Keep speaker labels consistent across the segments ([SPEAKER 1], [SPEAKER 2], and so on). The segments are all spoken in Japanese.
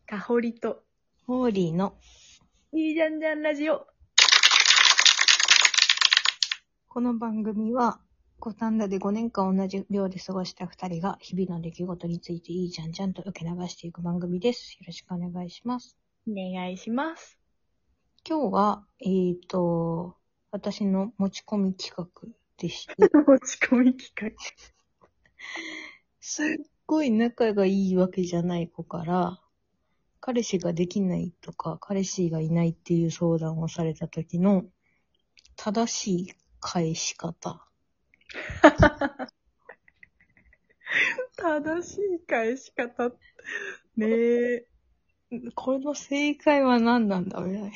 [SPEAKER 1] かほりと、
[SPEAKER 2] ホーリーの
[SPEAKER 1] いいじゃんじゃんラジオ。
[SPEAKER 2] この番組は五反田で5年間同じ寮で過ごした2人が日々の出来事についていいじゃんじゃんと受け流していく番組です。よろしくお願いします。
[SPEAKER 1] お願いします。
[SPEAKER 2] 今日は私の持ち込み企画でして
[SPEAKER 1] 持ち込み機会。
[SPEAKER 2] すっごい仲がいいわけじゃない子から彼氏ができないとか彼氏がいないっていう相談をされた時の正しい返し方。
[SPEAKER 1] 正しい返し方。ねえ。
[SPEAKER 2] これの正解は何なんだみたいな。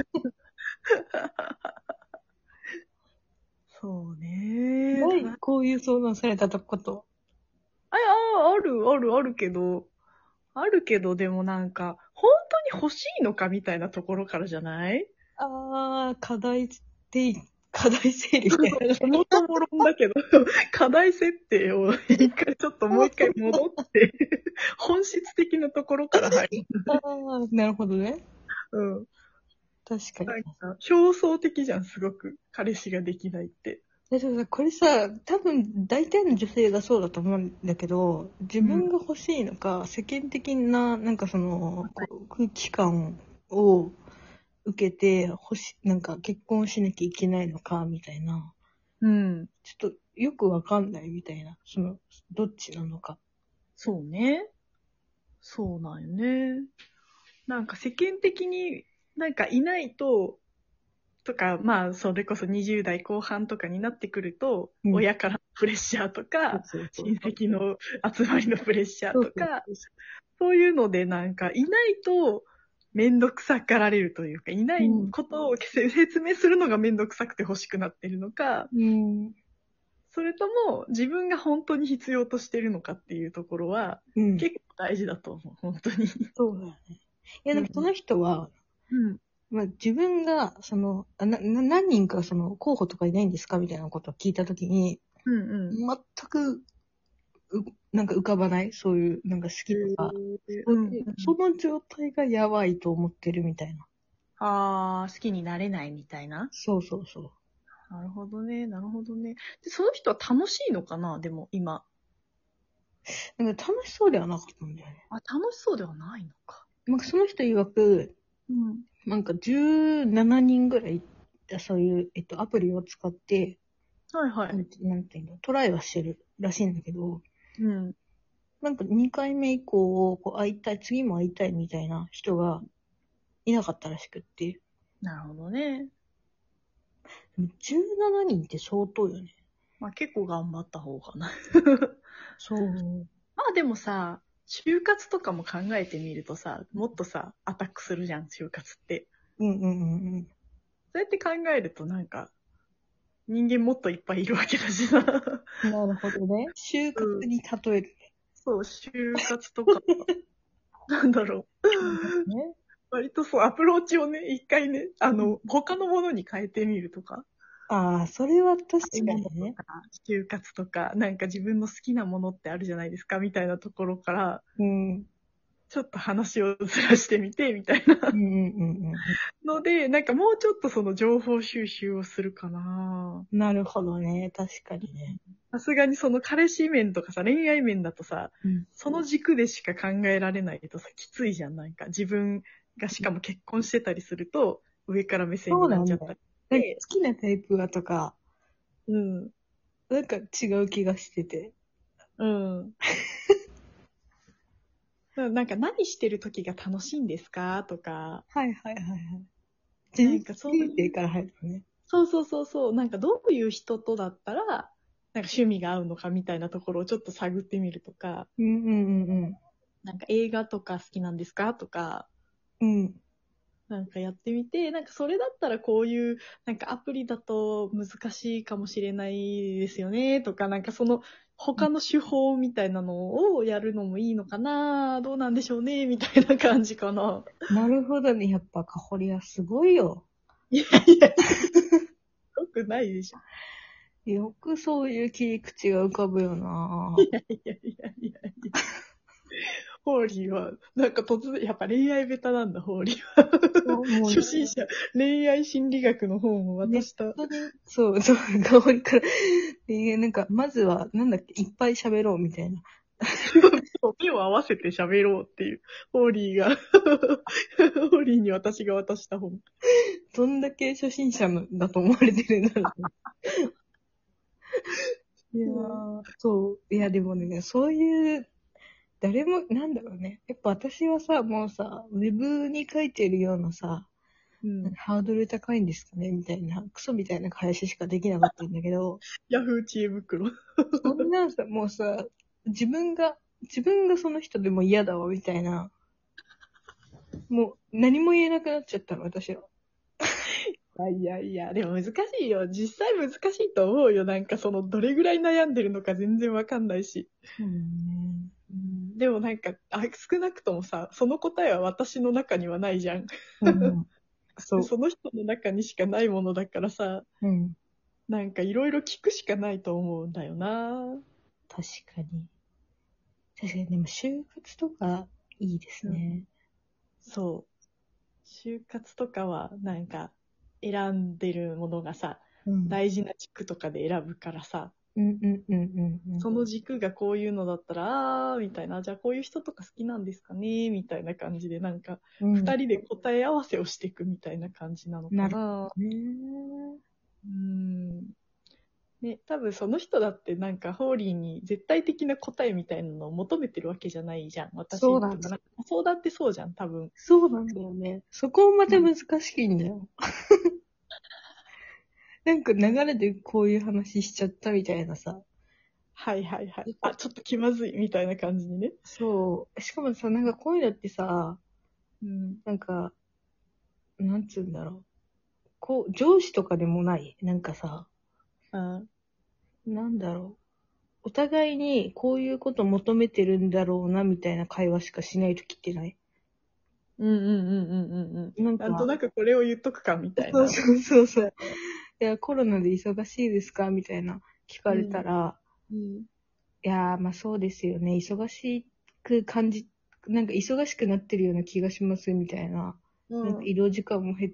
[SPEAKER 1] そうね。
[SPEAKER 2] ないこういう相談されたこと。
[SPEAKER 1] あるけど、でもなんか、本当に欲しいのかみたいなところからじゃない？
[SPEAKER 2] 課題整理してる。
[SPEAKER 1] そもそも論だけど、課題設定をもう一回戻って、本質的なところから入る。
[SPEAKER 2] なるほどね。
[SPEAKER 1] うん。
[SPEAKER 2] 確かに。
[SPEAKER 1] なんか、表層的じゃん、すごく。彼氏ができないって。
[SPEAKER 2] でもさ、これさ、多分大体の女性がそうだと思うんだけど、自分が欲しいのか、世間的な、空気感を受けてなんか結婚しなきゃいけないのか、みたいな。
[SPEAKER 1] うん。
[SPEAKER 2] ちょっとよくわかんないみたいな。どっちなのか。
[SPEAKER 1] そうね。そうなんよね。なんか世間的になんかいないとか、まあ、それこそ20代後半とかになってくると、
[SPEAKER 2] うん。
[SPEAKER 1] 親からのプレッシャーとか、
[SPEAKER 2] そう
[SPEAKER 1] 親戚の集まりのプレッシャーとか、
[SPEAKER 2] そう
[SPEAKER 1] そういうのでなんかいないとめんどくさがられるというか、いないことを説明するのがめんどくさくて欲しくなってるのか、
[SPEAKER 2] うん。
[SPEAKER 1] それとも自分が本当に必要としてるのかっていうところは、
[SPEAKER 2] うん。
[SPEAKER 1] 結構大事だと思う、本当に。
[SPEAKER 2] そうだよね。いや、その人は、
[SPEAKER 1] うん。
[SPEAKER 2] まあ、自分が、何人か候補とかいないんですかみたいなことを聞いたときに、
[SPEAKER 1] うんうん。
[SPEAKER 2] 全く、なんか浮かばないそういう、なんか好きとか。
[SPEAKER 1] うんうん。
[SPEAKER 2] その状態がやばいと思ってるみたいな。
[SPEAKER 1] ああ、好きになれないみたいな。
[SPEAKER 2] そうそうそう。
[SPEAKER 1] なるほどね、なるほどね。で、その人は楽しいのかなでも、今。
[SPEAKER 2] なんか楽しそうではなかったんだよね。
[SPEAKER 1] あ、楽しそうではないのか。
[SPEAKER 2] なんかその人曰く、
[SPEAKER 1] うん。
[SPEAKER 2] なんか17人ぐらい、そういう、アプリを使って、
[SPEAKER 1] はいはい。
[SPEAKER 2] なんていうの、トライはしてるらしいんだけど、
[SPEAKER 1] うん。
[SPEAKER 2] なんか2回目以降、会いたい、次も会いたいみたいな人がいなかったらしくって。
[SPEAKER 1] なるほどね。
[SPEAKER 2] 17人って相当よね。
[SPEAKER 1] まあ結構頑張った方かな。
[SPEAKER 2] そう。
[SPEAKER 1] まあでもさ、就活とかも考えてみるとさ、もっとさ、アタックするじゃん、就活って。
[SPEAKER 2] うんうんうんうん。
[SPEAKER 1] そうやって考えるとなんか、人間もっといっぱいいるわけだしさ。
[SPEAKER 2] なるほどね。就活
[SPEAKER 1] うん。
[SPEAKER 2] に例える
[SPEAKER 1] そう、就活とか、なんだろう。
[SPEAKER 2] ね。
[SPEAKER 1] 割とそう、アプローチをね、一回ね、他のものに変えてみるとか、
[SPEAKER 2] ああ、それは確か
[SPEAKER 1] 食べ物
[SPEAKER 2] にね。
[SPEAKER 1] とか、就活とか、なんか自分の好きなものってあるじゃないですか、みたいなところから、
[SPEAKER 2] うん。うん
[SPEAKER 1] ちょっと話をずらしてみて、みたいな
[SPEAKER 2] うんうん
[SPEAKER 1] ので、なんかもうちょっとその情報収集をするかな。
[SPEAKER 2] うん。なるほどね。確かにね。
[SPEAKER 1] さすがにその彼氏面とかさ、恋愛面だとさ、
[SPEAKER 2] うん。
[SPEAKER 1] その軸でしか考えられないとさ、きついじゃん。なんか自分がしかも結婚してたりすると、上から目線
[SPEAKER 2] そうなんだよ。
[SPEAKER 1] になっちゃったり
[SPEAKER 2] なんか
[SPEAKER 1] して、
[SPEAKER 2] 好きなタイプはとか、
[SPEAKER 1] うん。
[SPEAKER 2] なんか違う気がしてて。
[SPEAKER 1] うん。なんか何してる時が楽しいんですかとか、
[SPEAKER 2] はいはいはいはい。
[SPEAKER 1] なん
[SPEAKER 2] 自
[SPEAKER 1] かそういう、
[SPEAKER 2] 律形成から入るのね。
[SPEAKER 1] そう、なんかどういう人とだったら、なんか趣味が合うのかみたいなところをちょっと探ってみるとか、
[SPEAKER 2] うんうんうん
[SPEAKER 1] なんか映画とか好きなんですかとか、
[SPEAKER 2] うん。うん。
[SPEAKER 1] なんかやってみて、なんかそれだったらこういう、なんかアプリだと難しいかもしれないですよね、とか、なんかその他の手法みたいなのをやるのもいいのかな、どうなんでしょうね、みたいな感じかな。
[SPEAKER 2] なるほどね。やっぱ、カホリはすごいよ。
[SPEAKER 1] いやいや、よくないでしょ。
[SPEAKER 2] よくそういう切り口が浮かぶよな。
[SPEAKER 1] いやいやいやいやいや。 ホーリーは、なんか突然、やっぱ恋愛ベタなんだ、ホーリーは。
[SPEAKER 2] もう
[SPEAKER 1] 初心者、恋愛心理学の本を渡した。
[SPEAKER 2] 本当に、そう、そう、香りから。で、なんか、まずは、なんだっけ、いっぱい喋ろうみたいな。
[SPEAKER 1] 目を合わせて喋ろうっていう、ホーリーが、ホーリーに私が渡した本。
[SPEAKER 2] どんだけ初心者だと思われてるんだろう。いやー、そう。いや、でもね、そういう、誰も、なんだろうね。やっぱ私はさ、もうさ、ウェブに書いてるようなさ、
[SPEAKER 1] うん。
[SPEAKER 2] ハードル高いんですかねみたいな、クソみたいな返ししかできなかったんだけど、
[SPEAKER 1] ヤフー知恵袋。
[SPEAKER 2] そんなんさ、もうさ、自分がその人でも嫌だわ、みたいな。もう、何も言えなくなっちゃったの、私は。
[SPEAKER 1] いやいや、でも難しいよ。実際難しいと思うよ。なんかその、どれぐらい悩んでるのか全然わかんないし。
[SPEAKER 2] そうね。
[SPEAKER 1] でもなんか、少なくともさ、その答えは私の中にはないじゃん。
[SPEAKER 2] うん。そう。
[SPEAKER 1] その人の中にしかないものだからさ、
[SPEAKER 2] うん。
[SPEAKER 1] なんかいろいろ聞くしかないと思うんだよな。
[SPEAKER 2] 確かに。確かに、でも就活とかいいですね。
[SPEAKER 1] そう。就活とかは、なんか、選んでるものがさ、
[SPEAKER 2] うん。
[SPEAKER 1] 大事な軸とかで選ぶからさ、
[SPEAKER 2] うんうんうんうんうん。
[SPEAKER 1] その軸がこういうのだったら、みたいな、じゃあこういう人とか好きなんですかねみたいな感じで、なんか、
[SPEAKER 2] うん。
[SPEAKER 1] 二人で答え合わせをしていくみたいな感じなのか
[SPEAKER 2] なる
[SPEAKER 1] な。
[SPEAKER 2] ほどね。
[SPEAKER 1] ね、多分その人だってなんかホーリーに絶対的な答えみたいなのを求めてるわけじゃないじゃん。
[SPEAKER 2] そうなんだ。
[SPEAKER 1] 私とか、なんかそうだってそうじゃん、多分。
[SPEAKER 2] そうなんだよね。そこもまた難しいんだよ。なんか流れでこういう話しちゃったみたいなさ。
[SPEAKER 1] はいはいはい。あ、ちょっと気まずいみたいな感じにね。
[SPEAKER 2] そう。しかもさ、なんかこういうのってさ、
[SPEAKER 1] うん。
[SPEAKER 2] なんか、なんつうんだろう。こう、上司とかでもないなんかさ、
[SPEAKER 1] あ
[SPEAKER 2] なんだろう。お互いにこういうこと求めてるんだろうな、みたいな会話しかしないときってない？
[SPEAKER 1] うんうんうんうんうんうん。
[SPEAKER 2] なんか、
[SPEAKER 1] なんとなくこれを言っとくかみたいな。
[SPEAKER 2] そうそうそうそう。いや、コロナで忙しいですかみたいな聞かれた
[SPEAKER 1] うん。
[SPEAKER 2] ら、
[SPEAKER 1] うん。
[SPEAKER 2] いやー、まあそうですよね。忙しく感じ、なんか忙しくなってるような気がします、みたいな。なんか
[SPEAKER 1] うん。
[SPEAKER 2] 移動時間も減って、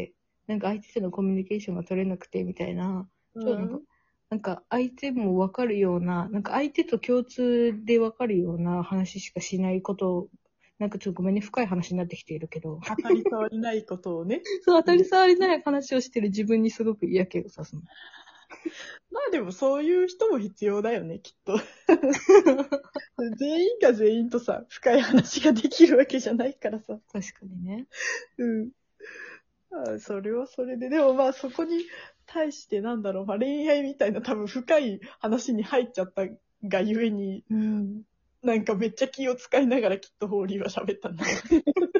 [SPEAKER 2] なんか相手とのコミュニケーションが取れなくて、みたいな。ちょっとなんか相手もわかるような、なんか相手と共通でわかるような話しかしないことを、なんかちょっとごめんね、深い話になってきているけど。
[SPEAKER 1] 当たり障りないことをね。
[SPEAKER 2] そう、当たり障りない話をしてる自分にすごく嫌気がさすの。
[SPEAKER 1] まあでもそういう人も必要だよね、きっと。全員が全員とさ、深い話ができるわけじゃないからさ。
[SPEAKER 2] 確かにね。
[SPEAKER 1] うん。それはそれで。でもまあそこに対してなんだろう、まあ恋愛みたいな多分深い話に入っちゃったがゆえに、
[SPEAKER 2] うん。
[SPEAKER 1] なんかめっちゃ気を使いながらきっとホーリーは喋ったんだろうね。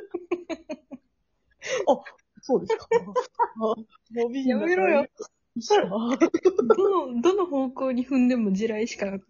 [SPEAKER 1] あ、そうですか。モビ
[SPEAKER 2] や
[SPEAKER 1] ンだから
[SPEAKER 2] めろよ。
[SPEAKER 1] いいしな。
[SPEAKER 2] どの方向に踏んでも地雷しかなかった。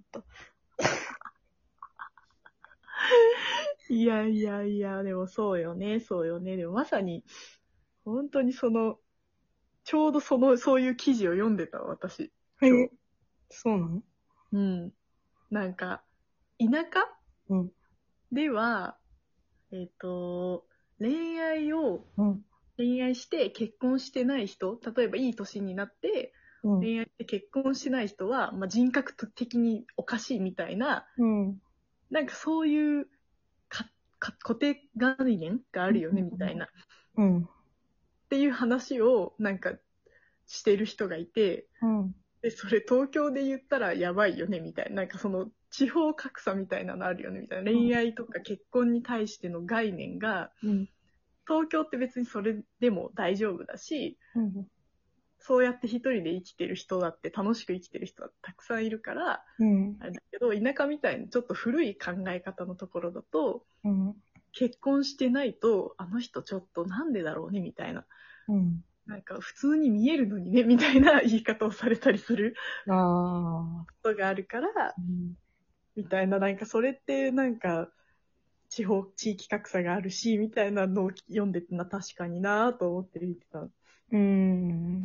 [SPEAKER 1] いやいやいや、でもそうよね、そうよね。でもまさに、本当にちょうどそういう記事を読んでた私、今日。
[SPEAKER 2] そうなの？
[SPEAKER 1] うん。なんか、田舎
[SPEAKER 2] うん。
[SPEAKER 1] では、えっと、恋愛を、
[SPEAKER 2] うん。
[SPEAKER 1] 恋愛して結婚してない人、例えばいい年になって
[SPEAKER 2] うん。
[SPEAKER 1] 恋愛して結婚しない人は、まあ、人格的におかしいみたいな、
[SPEAKER 2] うん。
[SPEAKER 1] なんかそういう固定概念があるよねみたいな、っ
[SPEAKER 2] うん。
[SPEAKER 1] ていう話をなんかしてる人がいて、
[SPEAKER 2] うん。
[SPEAKER 1] で、それ東京で言ったらやばいよねみたいな、なんかその地方格差みたいなのあるよねみたいな、恋愛とか結婚に対しての概念が、
[SPEAKER 2] うん。
[SPEAKER 1] 東京って別にそれでも大丈夫だし、
[SPEAKER 2] うん。
[SPEAKER 1] そうやって一人で生きてる人だって楽しく生きてる人だってたくさんいるから、
[SPEAKER 2] うん。
[SPEAKER 1] あれだけど、田舎みたいにちょっと古い考え方のところだと、
[SPEAKER 2] うん。
[SPEAKER 1] 結婚してないと、あの人ちょっとなんでだろうねみたいな。
[SPEAKER 2] うん。
[SPEAKER 1] なんか普通に見えるのにねみたいな言い方をされたりする
[SPEAKER 2] ああ。
[SPEAKER 1] ことがあるから、
[SPEAKER 2] うん。
[SPEAKER 1] みたいな、なんかそれってなんか地域格差があるし、みたいなのを読んでてな、確かになぁと思って見てた。
[SPEAKER 2] うん。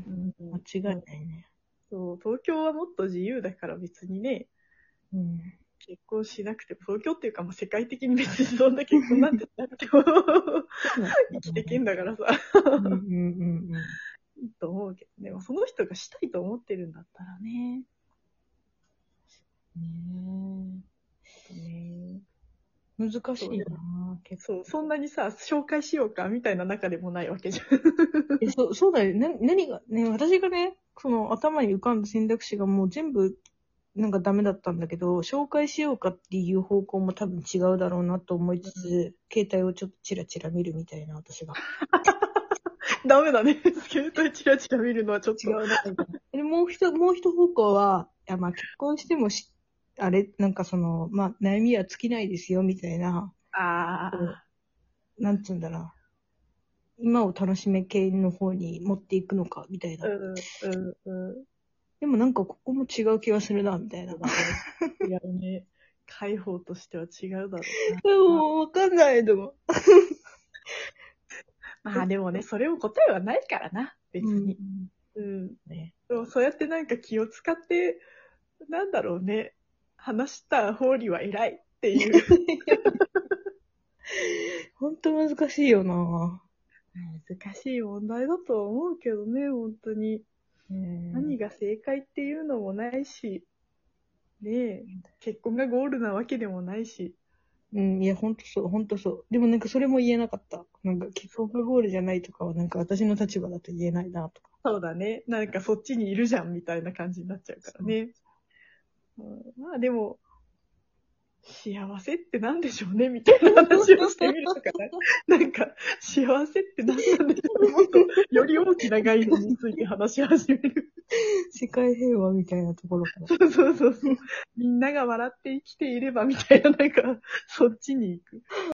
[SPEAKER 1] うん、
[SPEAKER 2] 間違いないね。
[SPEAKER 1] そう、東京はもっと自由だから別にね、
[SPEAKER 2] うん。
[SPEAKER 1] 結婚しなくても、東京っていうかもう世界的に別にそんな結婚なんてしなくても生きてけんだからさ、
[SPEAKER 2] うんうんうん
[SPEAKER 1] いいと思うけどね。その人がしたいと思ってるんだったらね。
[SPEAKER 2] うん。ね
[SPEAKER 1] ね
[SPEAKER 2] え。難しいな結構。
[SPEAKER 1] そう、そんなにさ、紹介しようかみたいな中でもないわけじゃん。
[SPEAKER 2] そうだよ。何が、ね、私がね、その頭に浮かんだ選択肢がもう全部、なんかダメだったんだけど、紹介しようかっていう方向も多分違うだろうなと思いつつ、携帯をちょっとチラチラ見るみたいな、私が。
[SPEAKER 1] ダメだね。携帯チラチラ見るのはちょっと。
[SPEAKER 2] 違うな、みたいな。で、もう一方向は、いや、まあ結婚してもあれ、なんかその、まあ悩みは尽きないですよ、みたいな、
[SPEAKER 1] ああ。
[SPEAKER 2] なんつうんだな。今を楽しめ系の方に持っていくのか、みたいな。
[SPEAKER 1] うん。
[SPEAKER 2] でもなんかここも違う気がするな、みたいな。
[SPEAKER 1] 違うね。解放としては違うだろうな。
[SPEAKER 2] もうわかんないの。
[SPEAKER 1] まあでもね、それも答えはないからな、別に。
[SPEAKER 2] ね。
[SPEAKER 1] でもそうやってなんか気を使って、なんだろうね。話した方には偉いっていう。
[SPEAKER 2] ほんと難しいよな。
[SPEAKER 1] 難しい問題だと思うけどね、本当に。何が正解っていうのもないし、ねえ、結婚がゴールなわけでもないし。
[SPEAKER 2] うん、いや、ほんとそう、ほんとそう。でもなんかそれも言えなかった。なんか結婚がゴールじゃないとかは、なんか私の立場だと言えないな、とか。
[SPEAKER 1] そうだね。なんかそっちにいるじゃんみたいな感じになっちゃうからね。まあでも、幸せって何でしょうねみたいな話をしてみるとかね。なんか、幸せって何なんでしょう、もっとより大きな概念について話し始める。
[SPEAKER 2] 世界平和みたいなところから。
[SPEAKER 1] そう。みんなが笑って生きていればみたいな、なんか、そっちに行く。